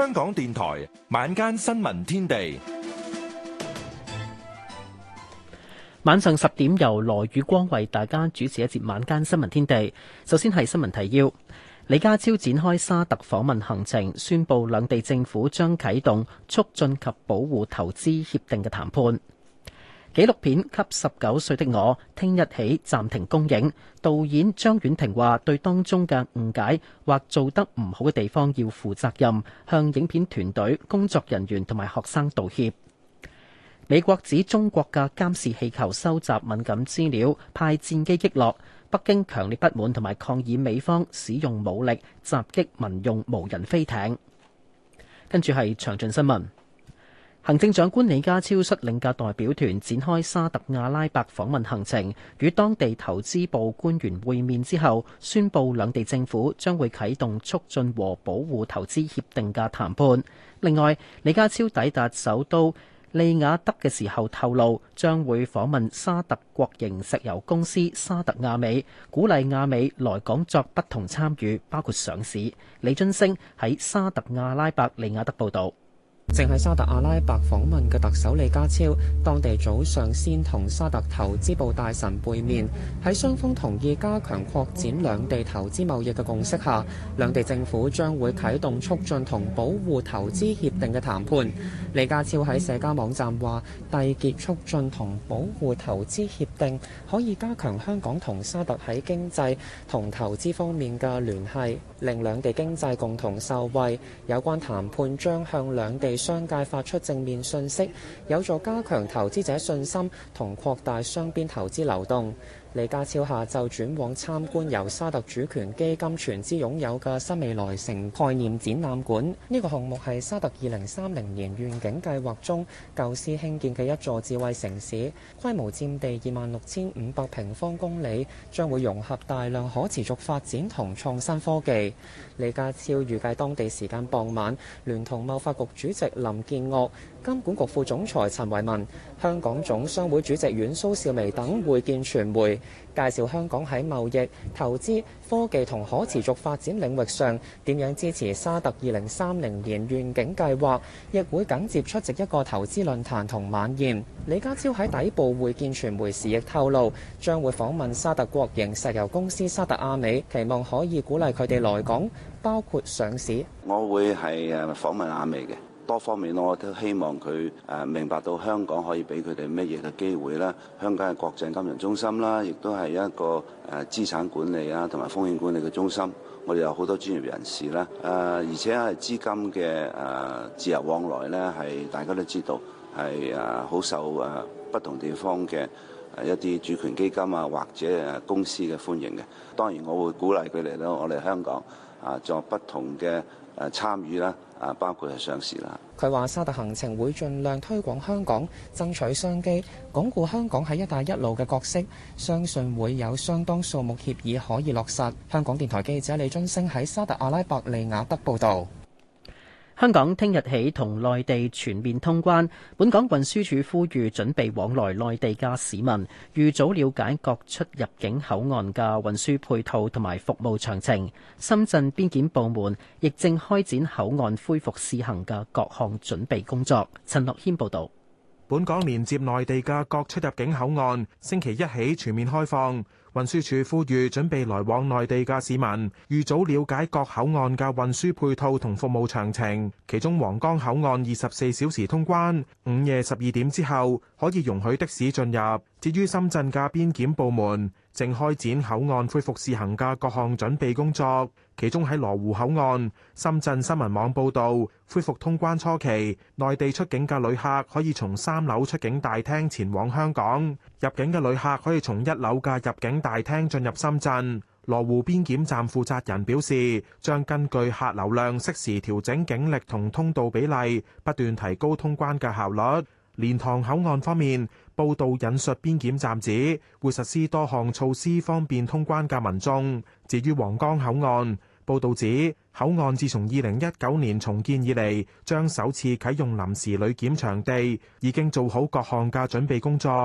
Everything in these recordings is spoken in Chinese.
香港電台晚間新聞天地， 晚上10點由羅宇光為大家主持一節晚間新聞天地。首先係新聞提要：李家超展開沙特訪問行程，宣布兩地政府將啟動促進及保護投資協定嘅談判。紀錄片《給19歲的我》聽日起暫停公映，導演張婉婷話對當中嘅誤解或做得唔好嘅地方要負責任，向影片團隊、工作人員同埋學生道歉。美國指中國嘅監視氣球收集敏感資料，派戰機擊落，北京強烈不滿同埋抗議美方使用武力襲擊民用無人飛艇。跟住係詳盡新聞。行政長官李家超率領嘅代表團展開沙特阿拉伯訪問行程，與當地投資部官員會面之後，宣布兩地政府將會啟動促進和保護投資協定嘅談判。另外，李家超抵達首都利雅得嘅時候透露，將會訪問沙特國營石油公司沙特阿美，鼓勵阿美來港作不同參與，包括上市。李津升喺沙特阿拉伯利雅得報導。 正喺沙特阿拉伯訪問嘅特首李家超，當地早上先同沙特投資部大臣會面，喺雙方同意加強擴展兩地投資貿易嘅共識下，兩地政府將會啟動促進同保護投資協定嘅談判。李家超喺社交網站話，締結促進同保護投資協定可以加強香港同沙特喺經濟同投資方面嘅聯繫，令兩地經濟共同受惠。有關談判將向兩地商界發出正面訊息，有助加強投資者信心同擴大雙邊投資流動。李家超下晝轉往參觀由沙特主權基金全資擁有嘅新未來城概念展覽館。呢個項目係沙特2030年願景計劃中構思興建嘅一座智慧城市，規模佔地26,500平方公里，將會融合大量可持續發展同創新科技。李家超預計當地時間傍晚，聯同貿發局主席林建岳、金管局副總裁陳維文、香港總商會主席阮蘇少薇等會見傳媒，介紹香港喺貿易、投資、科技同可持續發展領域上點樣支持沙特2030年願景計劃，亦會緊接出席一個投資論壇同晚宴。李家超喺底部會見傳媒時亦透露，將會訪問沙特國營石油公司沙特阿美，期望可以鼓勵佢哋來港，包括上市。 我會係訪問阿美嘅。多方面我都希望佢明白到香港可以俾佢哋乜嘢嘅機會啦。香港係國際金融中心啦，亦都係一個資產管理啊同埋風險管理嘅中心。我哋有好多專業人士啦，而且係資金嘅自由往來呢，係大家都知道係好受不同地方嘅一啲主權基金啊或者公司嘅歡迎嘅。當然我會鼓勵佢哋咧，我哋香港作不同嘅參與啦，包括係上市啦。 佢話沙特行程會盡量推廣香港，爭取商機，鞏固香港喺一帶一路嘅角色，相信會有相當數目協議可以落實。香港電台記者李津星喺沙特阿拉伯利雅得報導。 香港聽日起同內地全面通關，本港運輸署呼籲準備往來內地嘅市民預早了解各出入境口岸嘅運輸配套同埋服務詳情。深圳邊檢部門亦正開展口岸恢復試行嘅各項準備工作。陳樂軒報導。 本港連接內地嘅各出入境口岸星期一起全面開放。運輸署呼籲準備來往內地嘅市民預早了解各口岸嘅運輸配套同服務詳情。其中皇崗口岸24小時通關，午夜12點之後可以容許的士進入。至於深圳嘅邊檢部門正開展口岸恢復試行嘅各項準備工作，其中喺羅湖口岸，深圳新聞網報導，恢復通關初期，內地出境嘅旅客可以從3樓出境大廳前往香港，入境嘅旅客可以從1樓嘅入境大廳進入深圳。羅湖邊檢站負責人表示，將根據客流量適時調整警力同通道比例，不斷提高通關嘅效率。蓮塘口岸方面，報道引述邊檢站指會實施多項措施方便通關嘅民眾。至於皇崗口岸，報道指口岸自從2019年重建以嚟，將首次啟用臨時旅檢場地，已經做好各項嘅準備工作。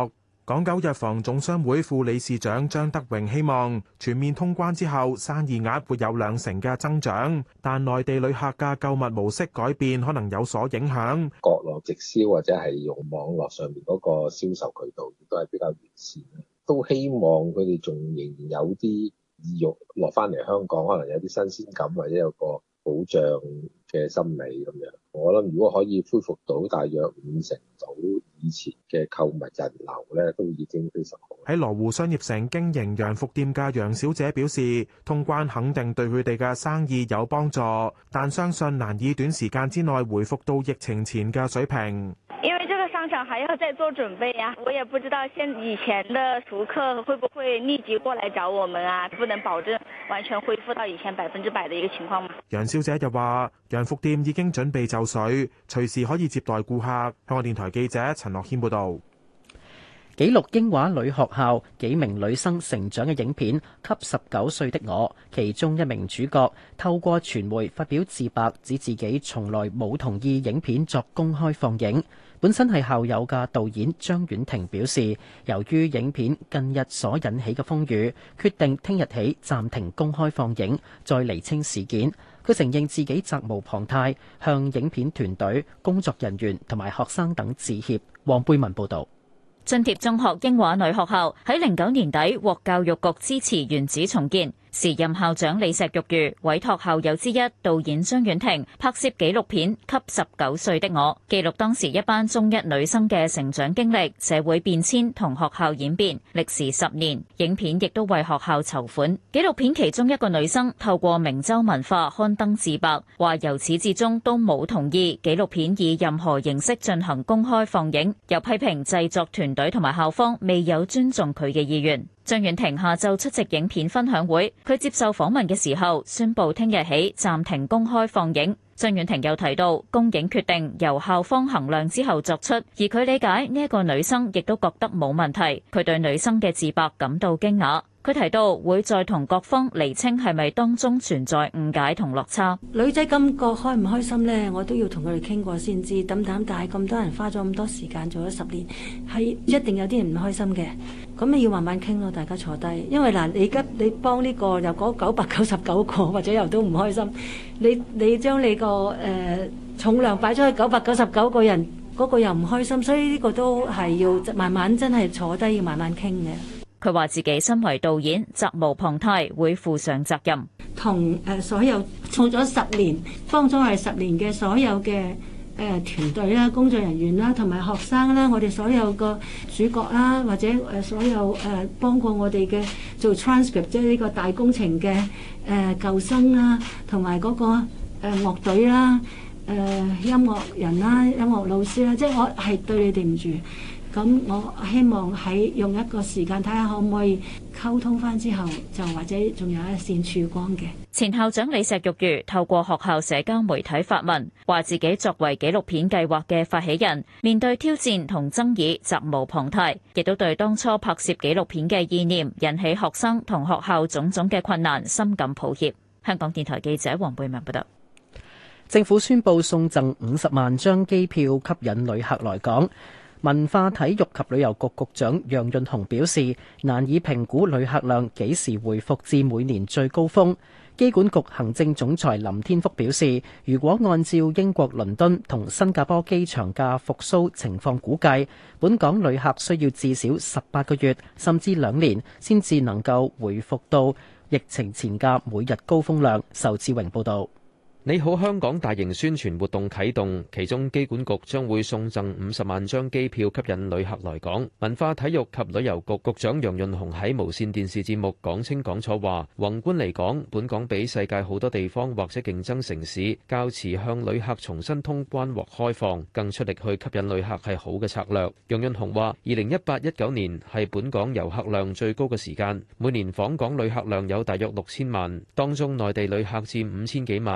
港九藥房總商會副理事長張德榮希望全面通關之後生意額會有2成嘅增長，但內地旅客嘅購物模式改變可能有所影響。 國內直銷或者係用網絡上面嗰個銷售渠道亦都係比較完善，都希望佢哋仲仍然有啲意欲落翻嚟香港，可能有啲新鮮感或者有個保障嘅心理咁樣。我諗如果可以恢復到大約5成到以前嘅購物人流咧，都已經非常好。 喺羅湖商業城經營洋服店嘅楊小姐表示，通關肯定對佢哋嘅生意有幫助，但相信難以短時間之內回復到疫情前嘅水平。 因為這個商場還要再做準備呀，我也不知道以前的熟客會不會立即過來找我們啊，不能保證完全恢復到以前100%的一個情況嘛。 楊小姐又話，洋服店已經準備就緒，隨時可以接待顧客。香港電台記者陳樂軒報導。 紀錄英華女學校幾名女生成長嘅影片《給19歲的我》，其中一名主角透過傳媒發表自白，指自己從來冇同意影片作公開放映。本身係校友嘅導演張婉婷表示，由於影片近日所引起嘅風雨，決定聽日起暫停公開放映，再釐清事件。佢承認自己責無旁貸，向影片團隊、工作人員同埋學生等致歉。黃貝文報導。 津貼中學英華女學校喺09年底獲教育局支持原址重建，時任校長李石玉如委託校友之一導演張婉婷拍攝紀錄片《給19歲的我》，記錄當時一班中一女生嘅成長經歷、社會變遷同學校演變，歷時10年。影片亦都為學校籌款。紀錄片其中一個女生透過明州文化刊登自白，話由始至終都冇同意紀錄片以任何形式進行公開放映，又批評製作團隊同埋校方未有尊重佢嘅意願。張婉婷下晝出席影片分享會，佢接受訪問嘅時候宣布聽日起暫停公開放映。張婉婷又提到，公映決定由校方衡量之後作出，而佢理解呢一個女生亦都覺得冇問題，佢對女生嘅自白感到驚訝。佢提到會再同各方釐清係咪當中存在誤解同落差。 女仔感覺開唔開心呢？我都要同佢哋傾過先知。但係咁多人花咗咁多時間做咗10年，係一定有啲人唔開心嘅。咁你要慢慢傾咯，大家坐低。因為嗱，你而家你幫呢個又嗰999個或者又都唔開心，你將你個重量擺咗去999個人，嗰個又唔開心，所以呢個都係要慢慢真係坐低要慢慢傾嘅。 佢話自己身為導演，責無旁貸，會負上責任。 同所有做咗10年，幫咗我哋10年嘅所有嘅團隊啦、工作人員啦、同埋學生啦，我哋所有個主角啦，或者所有幫過我哋嘅做 transcript， 即係呢個大工程嘅舊生啦，同埋嗰個樂隊啦、音樂人啦、音樂老師啦，即係我係對你哋唔住。咁我希望喺用一個時間睇下可唔可以溝通翻之後，就或者仲有一線曙光嘅。 前校長李石玉如透過學校社交媒體發文，話自己作為紀錄片計劃嘅發起人，面對挑戰同爭議責無旁貸，亦都對當初拍攝紀錄片嘅意念引起學生同學校種種嘅困難深感抱歉。香港電台記者黃貝文報道。 政府宣布送贈50萬張機票吸引旅客來港。文化體育及旅遊局局長楊潤雄表示，難以評估旅客量幾時回復至每年最高峰。機管局行政總裁林天福表示，如果按照英國倫敦同新加坡機場嘅復甦情況估計，本港旅客需要至少18個月甚至2年先至能夠回復到疫情前嘅每日高峰量。仇志榮報導。 你好香港大型宣傳活動啟動，其中機管局將會送贈50萬張機票吸引旅客來港。文化體育及旅遊局局長楊潤雄喺無線電視節目講清講楚話，宏觀嚟講，本港比世界好多地方或者競爭城市較遲向旅客重新通關或開放，更出力去吸引旅客係好嘅策略。楊潤雄話，2018-19年係本港遊客量最高嘅時間，每年訪港旅客量有大約6000萬，當中內地旅客佔5000幾萬。幾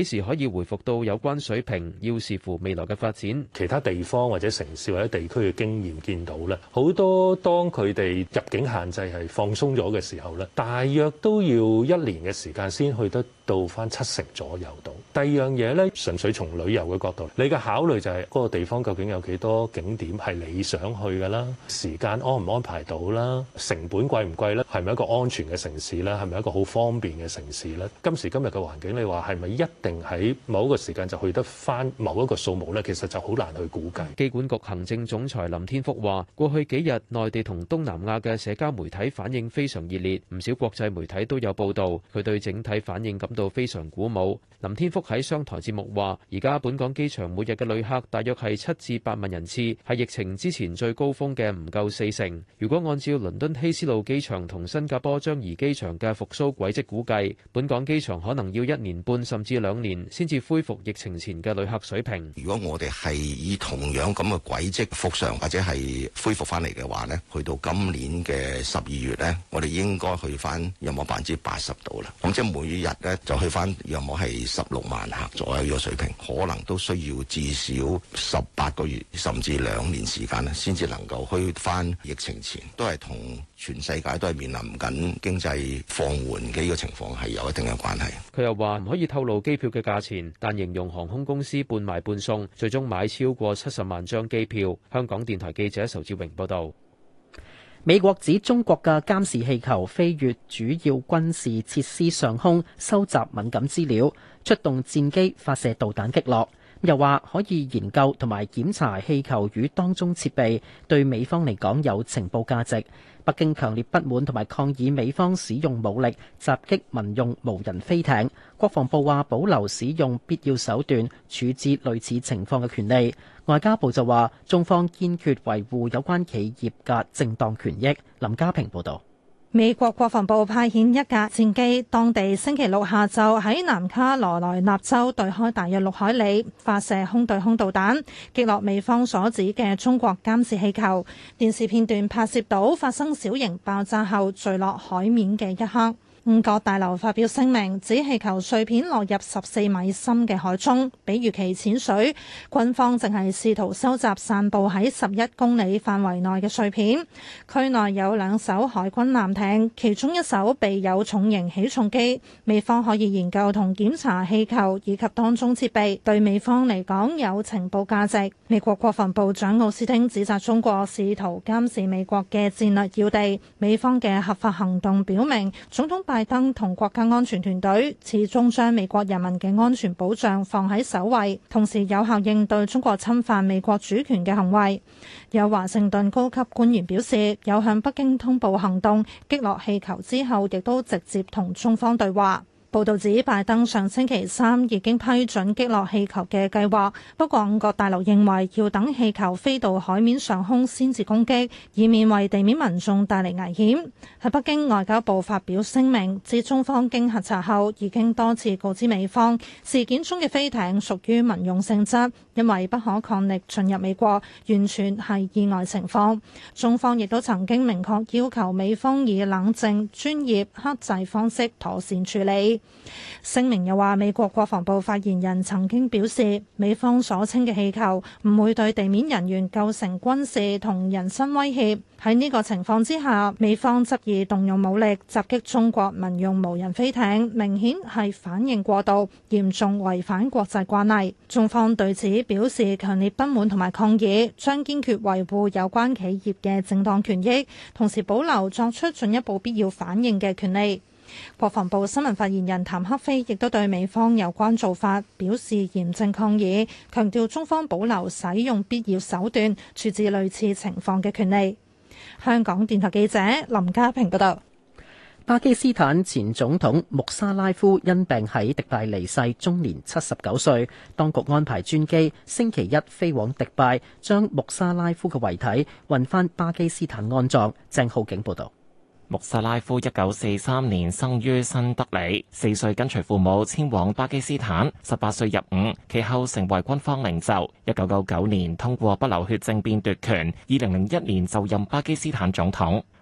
幾時可以回復到有關水平，要視乎未來嘅發展。 其他地方或者城市或者地區嘅經驗見到咧，好多當佢哋入境限制係放鬆咗嘅時候咧，大約都要1年嘅時間先去得到翻70%左右度。第二樣嘢咧，純粹從旅遊嘅角度，你嘅考慮就係嗰個地方究竟有幾多景點係你想去㗎啦，時間安唔安排到啦，成本貴唔貴咧，係咪一個安全嘅城市咧，係咪一個好方便嘅城市咧？今時今日嘅環境，你話係咪一定喺某一個時間就去得翻某一個數目咧？其實就好難去估計。 機管局行政總裁林天福話：過去幾日，內地同東南亞嘅社交媒體反應非常熱烈，唔少國際媒體都有報導。佢對整體反應感到非常鼓舞。林天福喺商台節目話：而家本港機場每日嘅旅客大約係7至8萬人次，係疫情之前最高峰嘅唔夠40%。如果按照倫敦希斯路機場同新加坡樟宜機場嘅復甦軌跡估計，本港機場可能要1年半甚至2年先至恢復疫情前嘅旅客水平。 如果我哋係以同樣咁嘅軌跡復常或者係恢復翻嚟嘅話呢，去到今年嘅12月呢，我哋應該去翻有冇80%度啦。咁即係每日呢，就去翻有冇係16萬客左右呢個水平，可能都需要至少18個月甚至2年時間咧，先至能夠去翻疫情前。都係同全世界都係面臨緊經濟放緩嘅呢個情況係有一定嘅關係。 佢又話唔可以透露機票嘅價錢，但形容航空公司半賣半送，最終買超過70萬張機票。香港電台記者仇志榮報道。 美國指中國嘅監視氣球飛越主要軍事設施上空，收集敏感資料，出動戰機發射導彈擊落。又話可以研究同埋檢查氣球與當中設備，對美方嚟講有情報價值。北京強烈不滿同埋抗議美方使用武力襲擊民用無人飛艇。國防部話保留使用必要手段處置類似情況嘅權利。外交部就話中方堅決維護有關企業嘅正當權益。林家平報導。 美國國防部派遣一架戰機，當地星期六下晝喺南卡羅來納州對開大約6海里發射空對空導彈，擊落美方所指嘅中國監視氣球。電視片段拍攝到發生小型爆炸後墜落海面嘅一刻。五角大樓發表聲明，指氣球碎片落入14米深嘅海中，比預期淺水。軍方正係試圖收集散佈喺11公里範圍內嘅碎片。區內有2艘海軍艦艇，其中1艘備有重型起重機。美方可以研究同檢查氣球以及當中設備，對美方嚟講有情報價值。美國國防部長奧斯汀指責中國試圖監視美國嘅戰略要地。美方嘅合法行動表明，總統拜登同國家安全團隊始終將美國人民嘅安全保障放喺首位，同時有效應對中國侵犯美國主權嘅行為。有華盛頓高級官員表示，有向北京通報行動，擊落氣球之後，亦都直接同中方對話。報道指，拜登上星期3已經批准擊落氣球嘅計劃，不過五角大樓認為要等氣球飛到海面上空先至攻擊，以免為地面民眾帶嚟危險。喺北京，外交部發表聲明，指中方經核查後已經多次告知美方，事件中嘅飛艇屬於民用性質，因為不可抗力進入美國，完全係意外情況。中方亦都曾經明確要求美方以冷靜、專業、克制方式妥善處理。聲明又話，美國國防部發言人曾經表示，美方所稱嘅氣球唔會對地面人員構成軍事同人身威脅。喺呢個情況之下，美方執意動用武力襲擊中國民用無人飛艇，明顯係反應過度，嚴重違反國際慣例。中方對此表示強烈不滿同埋抗議，將堅決維護有關企業嘅正當權益，同時保留作出進一步必要反應嘅權利。國防部新聞發言人譚克非亦都對美方有關做法表示嚴正抗議，強調中方保留使用必要手段處置類似情況嘅權利。香港電台記者林家平報道。 巴基斯坦前總統穆沙拉夫因病喺迪拜離世，終年79歲。當局安排專機星期一飛往迪拜，將穆沙拉夫嘅遺體運返巴基斯坦安葬。鄭浩景報道。 穆沙拉夫1943年生於新德里，4歲跟隨父母遷往巴基斯坦，18歲入伍，其後成為軍方領袖。1999年通過不流血政變奪權，2001年就任巴基斯坦總統。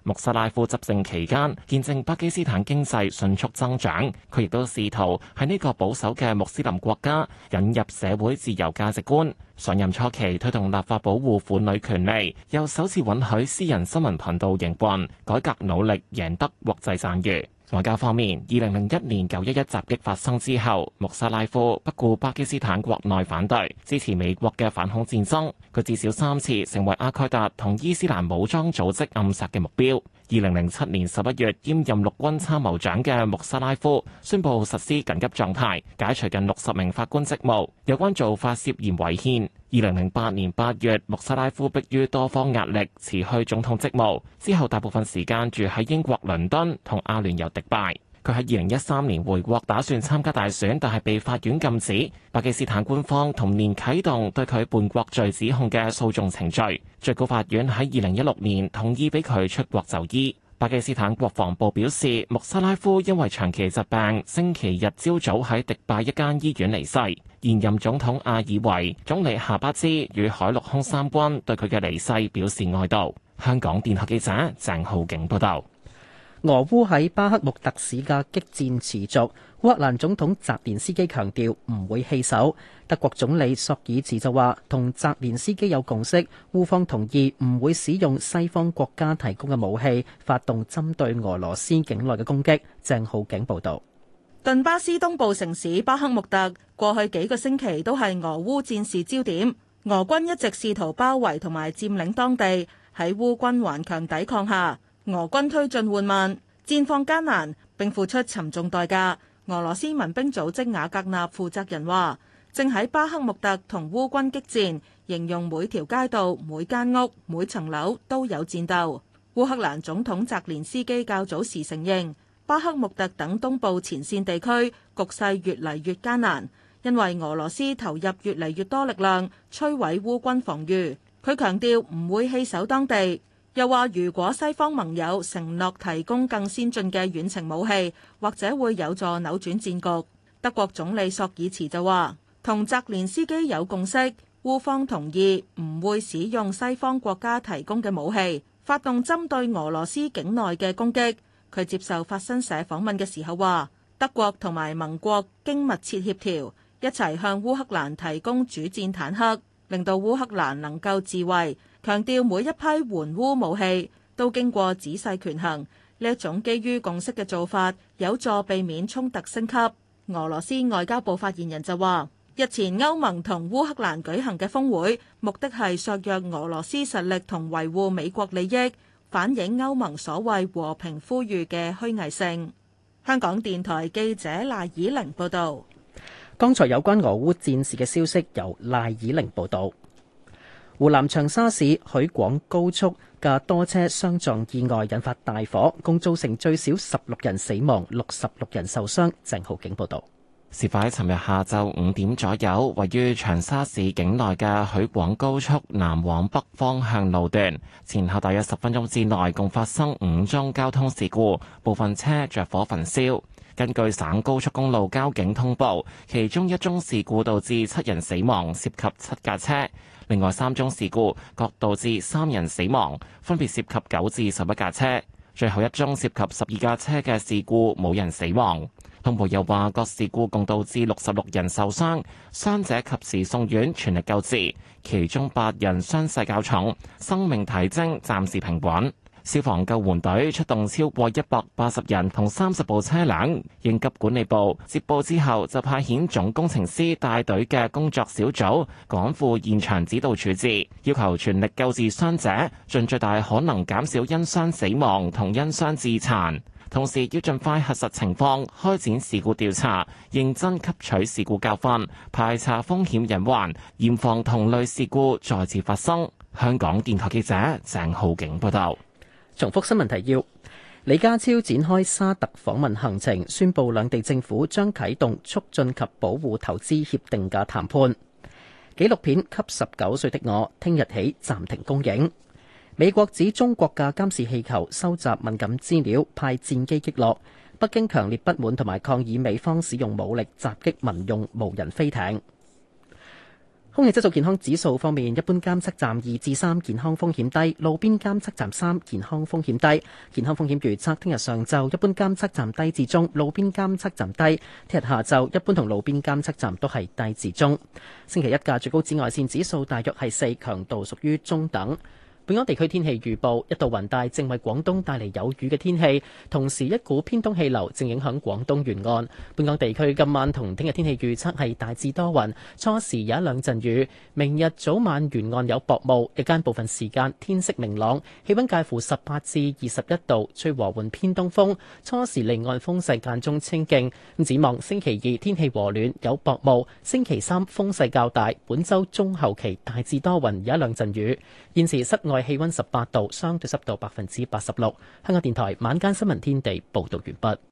穆沙拉夫執政期間，見證巴基斯坦經濟迅速增長。佢亦都試圖喺呢個保守嘅穆斯林國家引入社會自由價值觀。上任初期推動立法保護婦女權利，又首次允許私人新聞頻道營運，改革努力贏得國際讚譽。外交方面，2001年911襲擊發生之後，穆沙拉夫不顧巴基斯坦國內反對，支持美國嘅反恐戰爭。佢至少3次成為阿蓋達同伊斯蘭武裝組織暗殺嘅目標。2007年11月兼任陸軍參謀長嘅穆沙拉夫宣布實施緊急狀態，解除近60名法官職務，有關做法涉嫌違憲。2008年8月，穆沙拉夫迫於多方壓力辭去總統職務，之後大部分時間住喺英國倫敦同阿聯酋迪拜。佢喺2013年回國打算參加大選，但係被法院禁止。巴基斯坦官方同年啟動對佢叛國罪指控嘅訴訟程序，最高法院喺2016年同意俾佢出國就醫。巴基斯坦國防部表示，穆沙拉夫因為長期疾病，星期日朝早喺迪拜一間醫院離世。現任總統阿爾維、總理夏巴茲與海陸空三軍對佢嘅離世表示哀悼。香港電台記者鄭浩景報道。 俄烏喺巴克穆特市嘅激戰持續，烏克蘭總統澤連斯基強調唔會棄守。德國總理朔爾茨就話同澤連斯基有共識，烏方同意唔會使用西方國家提供嘅武器發動針對俄羅斯境內嘅攻擊。鄭浩景報道。 頓巴斯東部城市巴克穆特過去幾個星期都係俄烏戰事焦點，俄軍一直試圖包圍同埋佔領當地，喺烏軍頑強抵抗下，俄軍推進緩慢，戰況艱難，並付出沉重代價。俄羅斯民兵組織瓦格納負責人話，正喺巴克穆特同烏軍激戰，形容每條街道、每間屋、每層樓都有戰鬥。烏克蘭總統澤連斯基較早時承認，巴克穆特等東部前線地區局勢越嚟越艱難，因為俄羅斯投入越嚟越多力量摧毀烏軍防禦。佢強調唔會棄守當地。又話，如果西方盟友承諾提供更先進嘅遠程武器，或者會有助扭轉戰局。德國總理朔爾茨就話，同澤連斯基有共識，烏方同意唔會使用西方國家提供嘅武器，發動針對俄羅斯境內嘅攻擊。佢接受法新社訪問嘅時候話，德國同埋盟國經密切協調，一齊向烏克蘭提供主戰坦克，令到烏克蘭能夠自衛。強調每一批援烏武器都經過仔細權衡，呢一種基於共識嘅做法有助避免衝突升級。俄羅斯外交部發言人就話，日前歐盟同烏克蘭舉行嘅峰會，目的係削弱俄羅斯實力同維護美國利益，反映歐盟所謂和平呼籲嘅虛偽性。香港電台記者賴以玲報導。 剛才有關俄烏戰事嘅消息由賴以玲報導。湖南長沙市許廣高速嘅多車相撞意外引發大火，共造成最少16人死亡、66人受傷。鄭浩景報導。 事發喺尋日下晝5點左右，位於長沙市境內嘅許廣高速南往北方向路段，前後大約10分鐘之內共發生5宗交通事故，部分車着火焚燒。根據省高速公路交警通報，其中1宗事故導致7人死亡，涉及7架車。另外3宗事故各導致3人死亡，分別涉及9至11架車。最後1宗涉及12架車嘅事故，冇人死亡。通報又話，各事故共導致66人受傷，傷者及時送院全力救治，其中8人傷勢較重，生命體徵暫時平穩。消防救援隊出動超過180人同30部車輛，應急管理部接報之後就派遣總工程師帶隊嘅工作小組趕赴現場指導處置，要求全力救治傷者，盡最大可能減少因傷死亡同因傷致殘。同時要盡快核實情況，開展事故調查，認真吸取事故教訓，排查風險隱患，嚴防同類事故再次發生。香港電台記者鄭浩景報道。 重複新聞提要：李家超展開沙特訪問行程，宣布兩地政府將啟動促進及保護投資協定嘅談判。紀錄片《給19歲的我》聽日起暫停公映。美國指中國嘅監視氣球收集敏感資料，派戰機擊落。北京強烈不滿同埋抗議美方使用武力襲擊民用無人飛艇。 空氣質素健康指數方面，一般監測站2至3，健康風險低；路邊監測站3，健康風險低。健康風險預測，聽日上晝一般監測站低至中，路邊監測站低；聽日下晝一般同路邊監測站都係低至中。星期一嘅最高紫外線指數大約係4，強度屬於中等。本港地區天氣預報，一道雲帶正為廣東帶嚟有雨嘅天氣，同時一股偏東氣流正影響廣東沿岸。本港地區今晚同聽日天氣預測係大致多雲，初時有一兩陣雨。明日早晚沿岸有薄霧，日間部分時間天色明朗，氣溫介乎18至21度，吹和緩偏東風。初時離岸風勢間中清勁。展望星期2天氣和暖，有薄霧。星期3風勢較大。本週中後期大致多雲，有一兩陣雨。現時室外氣溫18度，相對濕度86%。香港電台晚間新聞天地報道完畢。